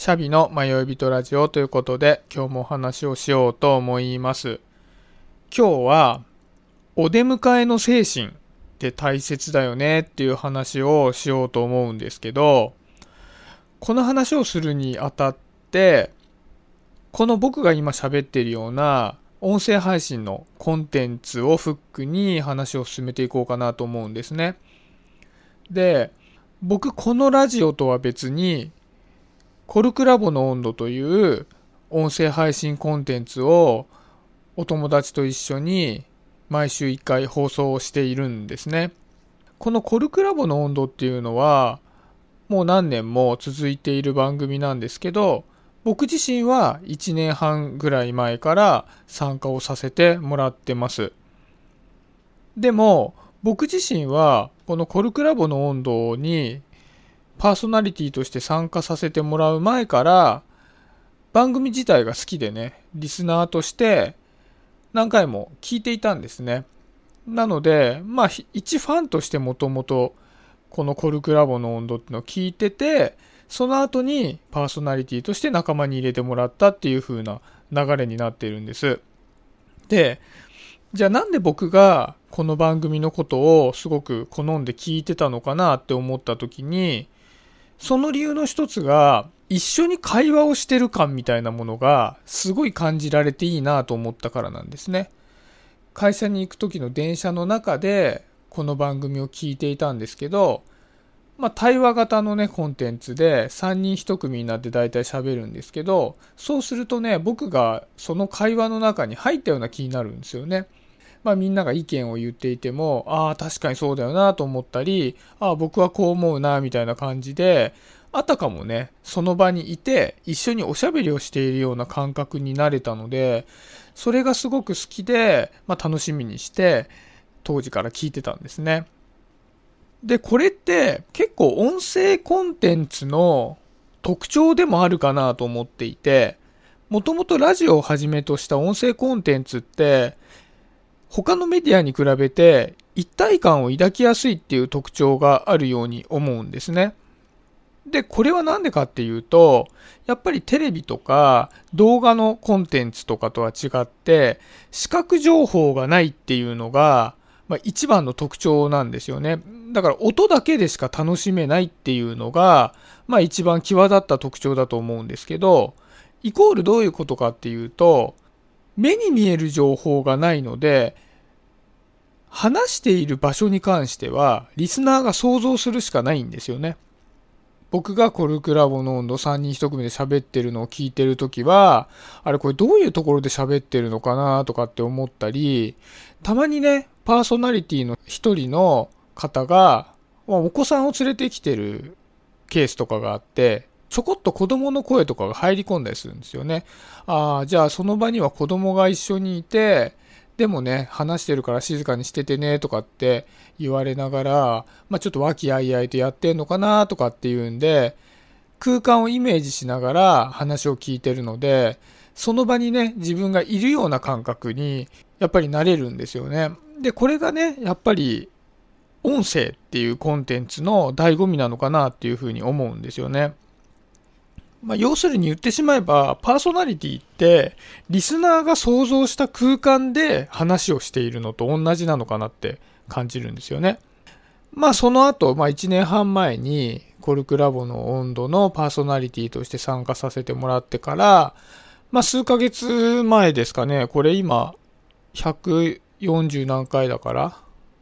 シャビの迷い人ラジオということで、今日もお話をしようと思います。今日は、お出迎えの精神って大切だよねっていう話をしようと思うんですけど、この話をするにあたって、この僕が今喋っているような音声配信のコンテンツをフックに話を進めていこうかなと思うんですね。で、僕このラジオとは別にコルクラボの温度という音声配信コンテンツをお友達と一緒に毎週1回放送しているんですね。このコルクラボの温度っていうのはもう何年も続いている番組なんですけど、僕自身は1年半ぐらい前から参加をさせてもらってます。でも僕自身はこのコルクラボの温度にパーソナリティとして参加させてもらう前から番組自体が好きでね、リスナーとして何回も聞いていたんですね。なので、一ファンとしてもともとこのコルクラボの温度ってのを聞いてて、その後にパーソナリティとして仲間に入れてもらったっていう風な流れになっているんです。で、じゃあなんで僕がこの番組のことをすごく好んで聞いてたのかなって思った時に、その理由の一つが一緒に会話をしてる感みたいなものがすごい感じられていいなと思ったからなんですね。会社に行く時の電車の中でこの番組を聞いていたんですけど、対話型のねコンテンツで3人1組になってだいたい喋るんですけど、そうするとね、僕がその会話の中に入ったような気になるんですよね。みんなが意見を言っていても、確かにそうだよなと思ったり、僕はこう思うなみたいな感じで、あたかもね、その場にいて一緒におしゃべりをしているような感覚になれたので、それがすごく好きで、楽しみにして当時から聞いてたんですね。で、これって結構音声コンテンツの特徴でもあるかなと思っていて、もともとラジオをはじめとした音声コンテンツって他のメディアに比べて一体感を抱きやすいっていう特徴があるように思うんですね。で、これはなんでかっていうと、やっぱりテレビとか動画のコンテンツとかとは違って視覚情報がないっていうのが、一番の特徴なんですよね。だから音だけでしか楽しめないっていうのが、一番際立った特徴だと思うんですけど、イコールどういうことかっていうと、目に見える情報がないので、話している場所に関してはリスナーが想像するしかないんですよね。僕がコルクラボの温度3人1組で喋ってるのを聞いてるときは、これどういうところで喋ってるのかなとかって思ったり、たまにね、パーソナリティの一人の方が、お子さんを連れてきてるケースとかがあって、ちょこっと子供の声とかが入り込んだりするんですよね。じゃあその場には子供が一緒にいて、でもね、話してるから静かにしててねとかって言われながら、ちょっと和気あいあいとやってんのかなとかっていうんで、空間をイメージしながら話を聞いてるので、その場にね、自分がいるような感覚にやっぱりなれるんですよね。で、これがね、やっぱり音声っていうコンテンツの醍醐味なのかなっていうふうに思うんですよね。要するに言ってしまえば、パーソナリティってリスナーが想像した空間で話をしているのと同じなのかなって感じるんですよね。その後、1年半前にコルクラボの温度のパーソナリティとして参加させてもらってから、数ヶ月前ですかね、これ今140何回だから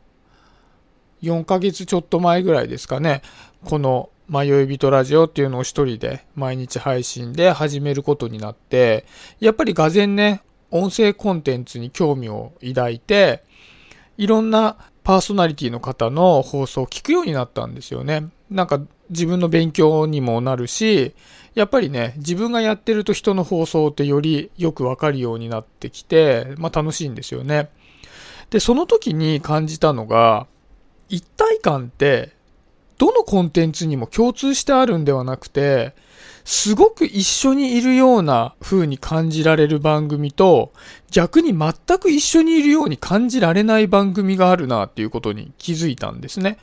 4ヶ月ちょっと前ぐらいですかね、この迷い人ラジオっていうのを一人で毎日配信で始めることになって、やっぱりがぜんね、音声コンテンツに興味を抱いて、いろんなパーソナリティの方の放送を聞くようになったんですよね。なんか自分の勉強にもなるし、やっぱりね、自分がやってると人の放送ってよりよくわかるようになってきて、楽しいんですよね。で、その時に感じたのが、一体感ってどのコンテンツにも共通してあるんではなくて、すごく一緒にいるような風に感じられる番組と、逆に全く一緒にいるように感じられない番組があるなっていうことに気づいたんですね。っ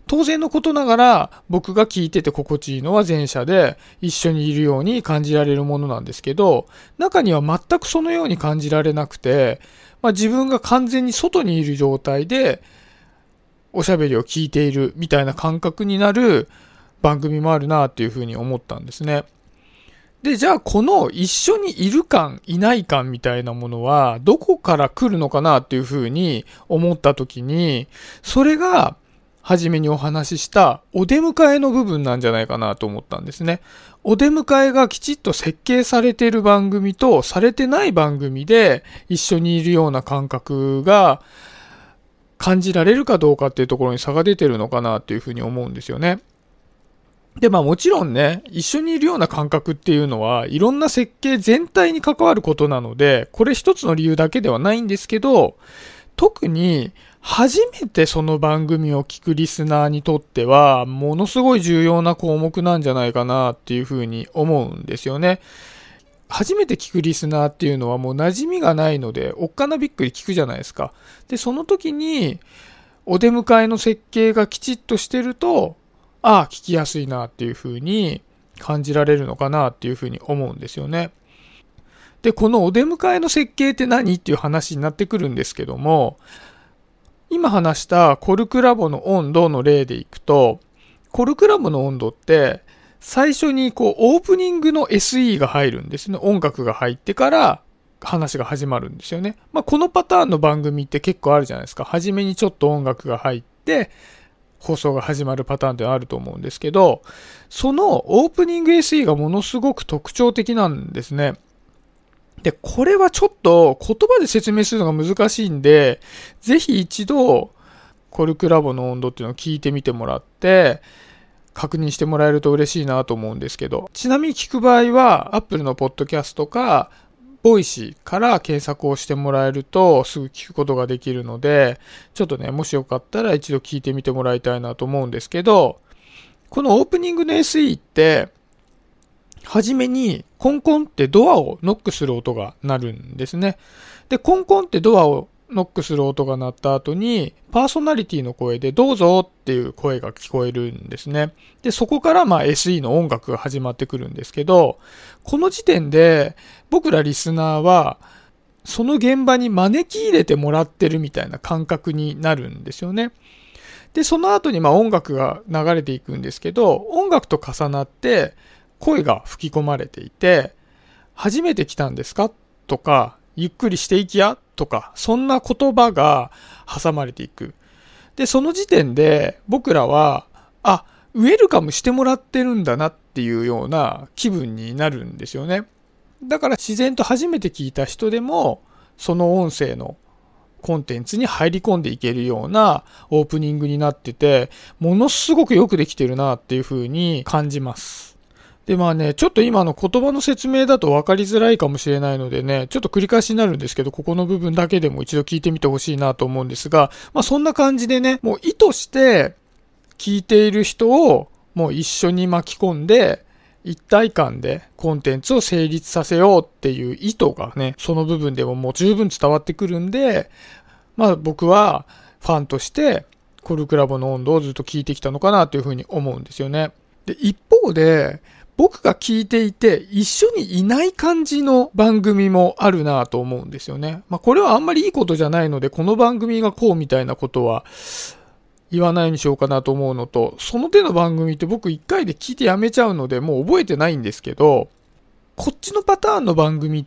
当然のことながら僕が聞いてて心地いいのは前者で一緒にいるように感じられるものなんですけど、中には全くそのように感じられなくて、自分が完全に外にいる状態でおしゃべりを聞いているみたいな感覚になる番組もあるなっていうふうに思ったんですね。で、じゃあこの一緒にいる感、いない感みたいなものはどこから来るのかなっていうふうに思ったときに、それが初めにお話ししたお出迎えの部分なんじゃないかなと思ったんですね。お出迎えがきちっと設計されている番組とされてない番組で一緒にいるような感覚が感じられるかどうかっていうところに差が出てるのかなっていうふうに思うんですよね。で、もちろんね、一緒にいるような感覚っていうのはいろんな設計全体に関わることなので、これ一つの理由だけではないんですけど、特に初めてその番組を聞くリスナーにとっては、ものすごい重要な項目なんじゃないかなっていうふうに思うんですよね。初めて聞くリスナーっていうのはもう馴染みがないので、おっかなびっくり聞くじゃないですか。で、その時に、お出迎えの設計がきちっとしてると、聞きやすいなっていうふうに感じられるのかなっていうふうに思うんですよね。で、このお出迎えの設計って何っていう話になってくるんですけども、今話したコルクラボの温度の例でいくと、コルクラボの温度って最初にオープニングの SE が入るんですね。音楽が入ってから話が始まるんですよね。このパターンの番組って結構あるじゃないですか。初めにちょっと音楽が入って放送が始まるパターンってあると思うんですけど、そのオープニング SE がものすごく特徴的なんですね。で、これはちょっと言葉で説明するのが難しいんで、ぜひ一度コルクラボの温度っていうのを聞いてみてもらって確認してもらえると嬉しいなと思うんですけど、ちなみに聞く場合は Apple のポッドキャストかボイシーから検索をしてもらえるとすぐ聞くことができるので、ちょっとね、もしよかったら一度聞いてみてもらいたいなと思うんですけど、このオープニングの SE ってはじめにコンコンってドアをノックする音が鳴るんですね。で、コンコンってドアをノックする音が鳴った後にパーソナリティの声でどうぞっていう声が聞こえるんですね。で、そこからSE の音楽が始まってくるんですけど、この時点で僕らリスナーはその現場に招き入れてもらってるみたいな感覚になるんですよね。で、その後に音楽が流れていくんですけど、音楽と重なって声が吹き込まれていて、初めて来たんですかとか、ゆっくりしていきやとか、そんな言葉が挟まれていく。で、その時点で僕らは、ウェルカムしてもらってるんだなっていうような気分になるんですよね。だから自然と初めて聞いた人でも、その音声のコンテンツに入り込んでいけるようなオープニングになってて、ものすごくよくできてるなっていう風に感じます。で、ちょっと今の言葉の説明だと分かりづらいかもしれないのでね、ちょっと繰り返しになるんですけど、ここの部分だけでも一度聞いてみてほしいなと思うんですが、そんな感じでね、もう意図して聞いている人をもう一緒に巻き込んで、一体感でコンテンツを成立させようっていう意図がね、その部分でももう十分伝わってくるんで、僕はファンとしてコルクラボの温度をずっと聞いてきたのかなというふうに思うんですよね。で、一方で、僕が聞いていて一緒にいない感じの番組もあるなと思うんですよね。これはあんまりいいことじゃないので、この番組がこうみたいなことは言わないようにしようかなと思うのと、その手の番組って僕一回で聞いてやめちゃうのでもう覚えてないんですけど、こっちのパターンの番組って、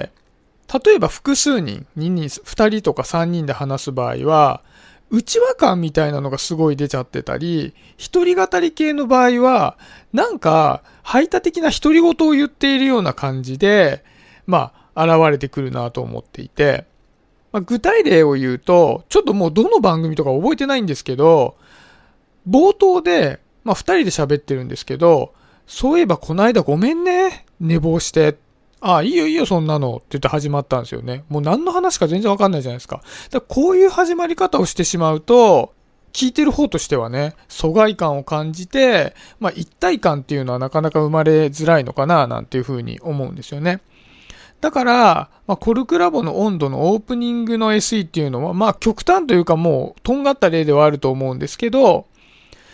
例えば複数人、2人とか3人で話す場合は、内輪感みたいなのがすごい出ちゃってたり、一人語り系の場合は、なんか排他的な独り言を言っているような感じで、現れてくるなと思っていて、具体例を言うと、ちょっともうどの番組とか覚えてないんですけど、冒頭で、2人で喋ってるんですけど、そういえばこの間ごめんね、寝坊して。いいよいいよそんなのって言って始まったんですよね。もう何の話か全然わかんないじゃないですか。だからこういう始まり方をしてしまうと、聞いてる方としてはね、疎外感を感じて、一体感っていうのはなかなか生まれづらいのかななんていうふうに思うんですよね。だから、コルクラボの温度のオープニングの SE っていうのは、極端というかもう、とんがった例ではあると思うんですけど、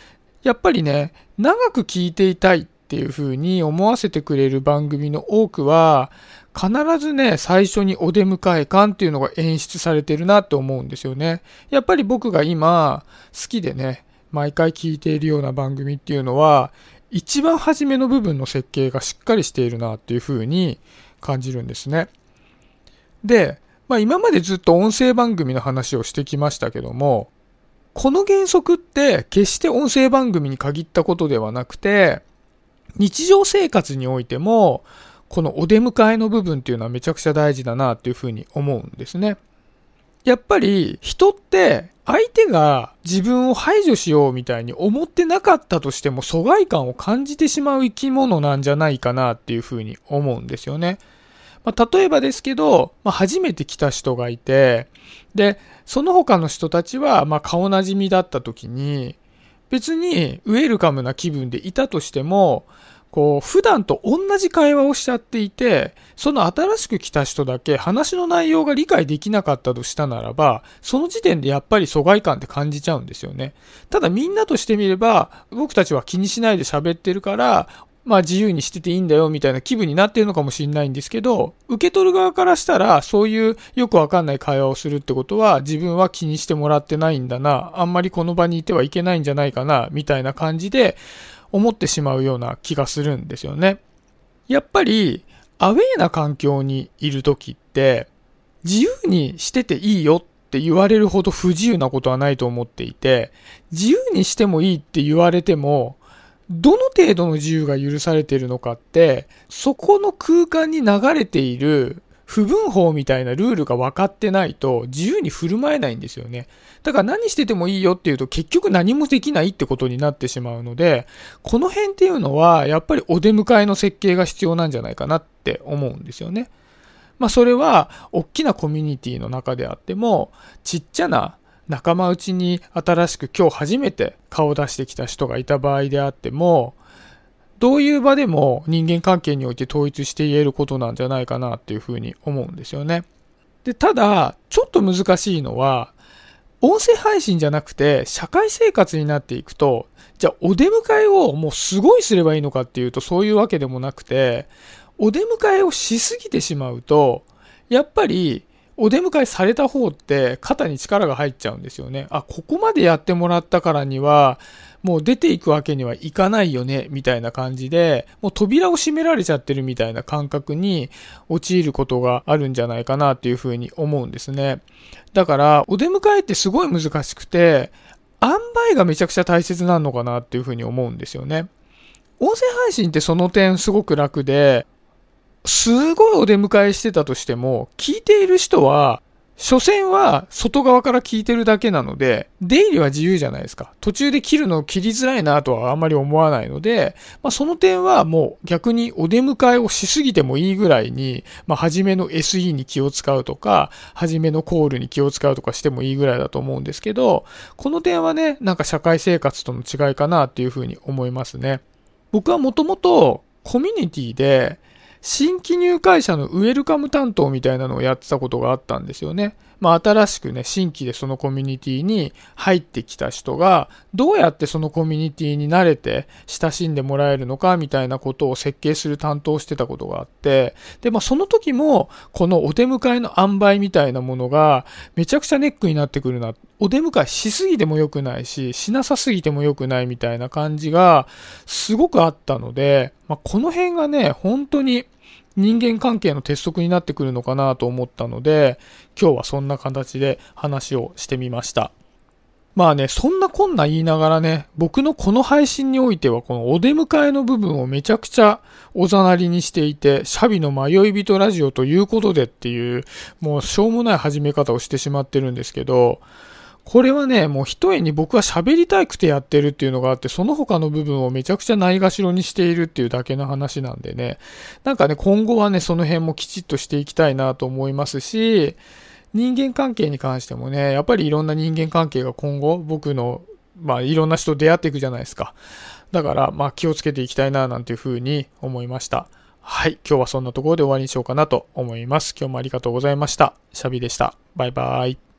やっぱりね、長く聞いていたいっていう風に思わせてくれる番組の多くは、必ずね、最初にお出迎え感っていうのが演出されてるなって思うんですよね。やっぱり僕が今好きでね、毎回聞いているような番組っていうのは、一番初めの部分の設計がしっかりしているなっていう風に感じるんですね。で、今までずっと音声番組の話をしてきましたけども、この原則って決して音声番組に限ったことではなくて、日常生活においても、このお出迎えの部分っていうのはめちゃくちゃ大事だなっていうふうに思うんですね。やっぱり人って相手が自分を排除しようみたいに思ってなかったとしても疎外感を感じてしまう生き物なんじゃないかなっていうふうに思うんですよね。例えばですけど、初めて来た人がいて、で、その他の人たちは顔なじみだった時に、別にウェルカムな気分でいたとしても、普段と同じ会話をしちゃっていて、その新しく来た人だけ話の内容が理解できなかったとしたならば、その時点でやっぱり疎外感って感じちゃうんですよね。ただみんなとしてみれば、僕たちは気にしないで喋ってるから、自由にしてていいんだよみたいな気分になってるのかもしれないんですけど、受け取る側からしたらそういうよくわかんない会話をするってことは自分は気にしてもらってないんだな、あんまりこの場にいてはいけないんじゃないかなみたいな感じで思ってしまうような気がするんですよね。やっぱりアウェーな環境にいるときって自由にしてていいよって言われるほど不自由なことはないと思っていて、自由にしてもいいって言われてもどの程度の自由が許されているのかって、そこの空間に流れている不分法みたいなルールが分かってないと自由に振る舞えないんですよね。だから何しててもいいよっていうと結局何もできないってことになってしまうので、この辺っていうのはやっぱりお出迎えの設計が必要なんじゃないかなって思うんですよね。それは大きなコミュニティの中であっても、ちっちゃな仲間内に新しく今日初めて顔を出してきた人がいた場合であっても、どういう場でも人間関係において統一して言えることなんじゃないかなっていうふうに思うんですよね。で、ただ、ちょっと難しいのは、音声配信じゃなくて社会生活になっていくと、じゃあお出迎えをもうすごいすればいいのかっていうとそういうわけでもなくて、お出迎えをしすぎてしまうと、やっぱりお出迎えされた方って肩に力が入っちゃうんですよね。ここまでやってもらったからにはもう出ていくわけにはいかないよねみたいな感じで、もう扉を閉められちゃってるみたいな感覚に陥ることがあるんじゃないかなっていうふうに思うんですね。だからお出迎えってすごい難しくて、塩梅がめちゃくちゃ大切なのかなっていうふうに思うんですよね。音声配信ってその点すごく楽で、すごいお出迎えしてたとしても、聞いている人は、所詮は外側から聞いてるだけなので、出入りは自由じゃないですか。途中で切るの切りづらいなとはあんまり思わないので、その点はもう逆にお出迎えをしすぎてもいいぐらいに、初めの SE に気を使うとか、初めのコールに気を使うとかしてもいいぐらいだと思うんですけど、この点はね、社会生活との違いかなっていうふうに思いますね。僕はもともとコミュニティで、新規入会者のウェルカム担当みたいなのをやってたことがあったんですよね。新しくね、新規でそのコミュニティに入ってきた人が、どうやってそのコミュニティに慣れて親しんでもらえるのかみたいなことを設計する担当をしてたことがあって、で、その時も、このお出迎えの塩梅みたいなものが、めちゃくちゃネックになってくるな。お出迎えしすぎても良くないし、しなさすぎても良くないみたいな感じが、すごくあったので、この辺がね、本当に、人間関係の鉄則になってくるのかなと思ったので、今日はそんな形で話をしてみました。そんなこんな言いながらね、僕のこの配信においてはこのお出迎えの部分をめちゃくちゃおざなりにしていて、シャビの迷い人ラジオということでっていう、もうしょうもない始め方をしてしまってるんですけど、これはね、もう一重に僕は喋りたくてやってるっていうのがあって、その他の部分をめちゃくちゃないがしろにしているっていうだけの話なんでね、今後はね、その辺もきちっとしていきたいなと思いますし、人間関係に関してもね、やっぱりいろんな人間関係が今後、僕の、いろんな人と出会っていくじゃないですか。だから、気をつけていきたいな、なんていうふうに思いました。はい、今日はそんなところで終わりにしようかなと思います。今日もありがとうございました。シャビでした。バイバイ。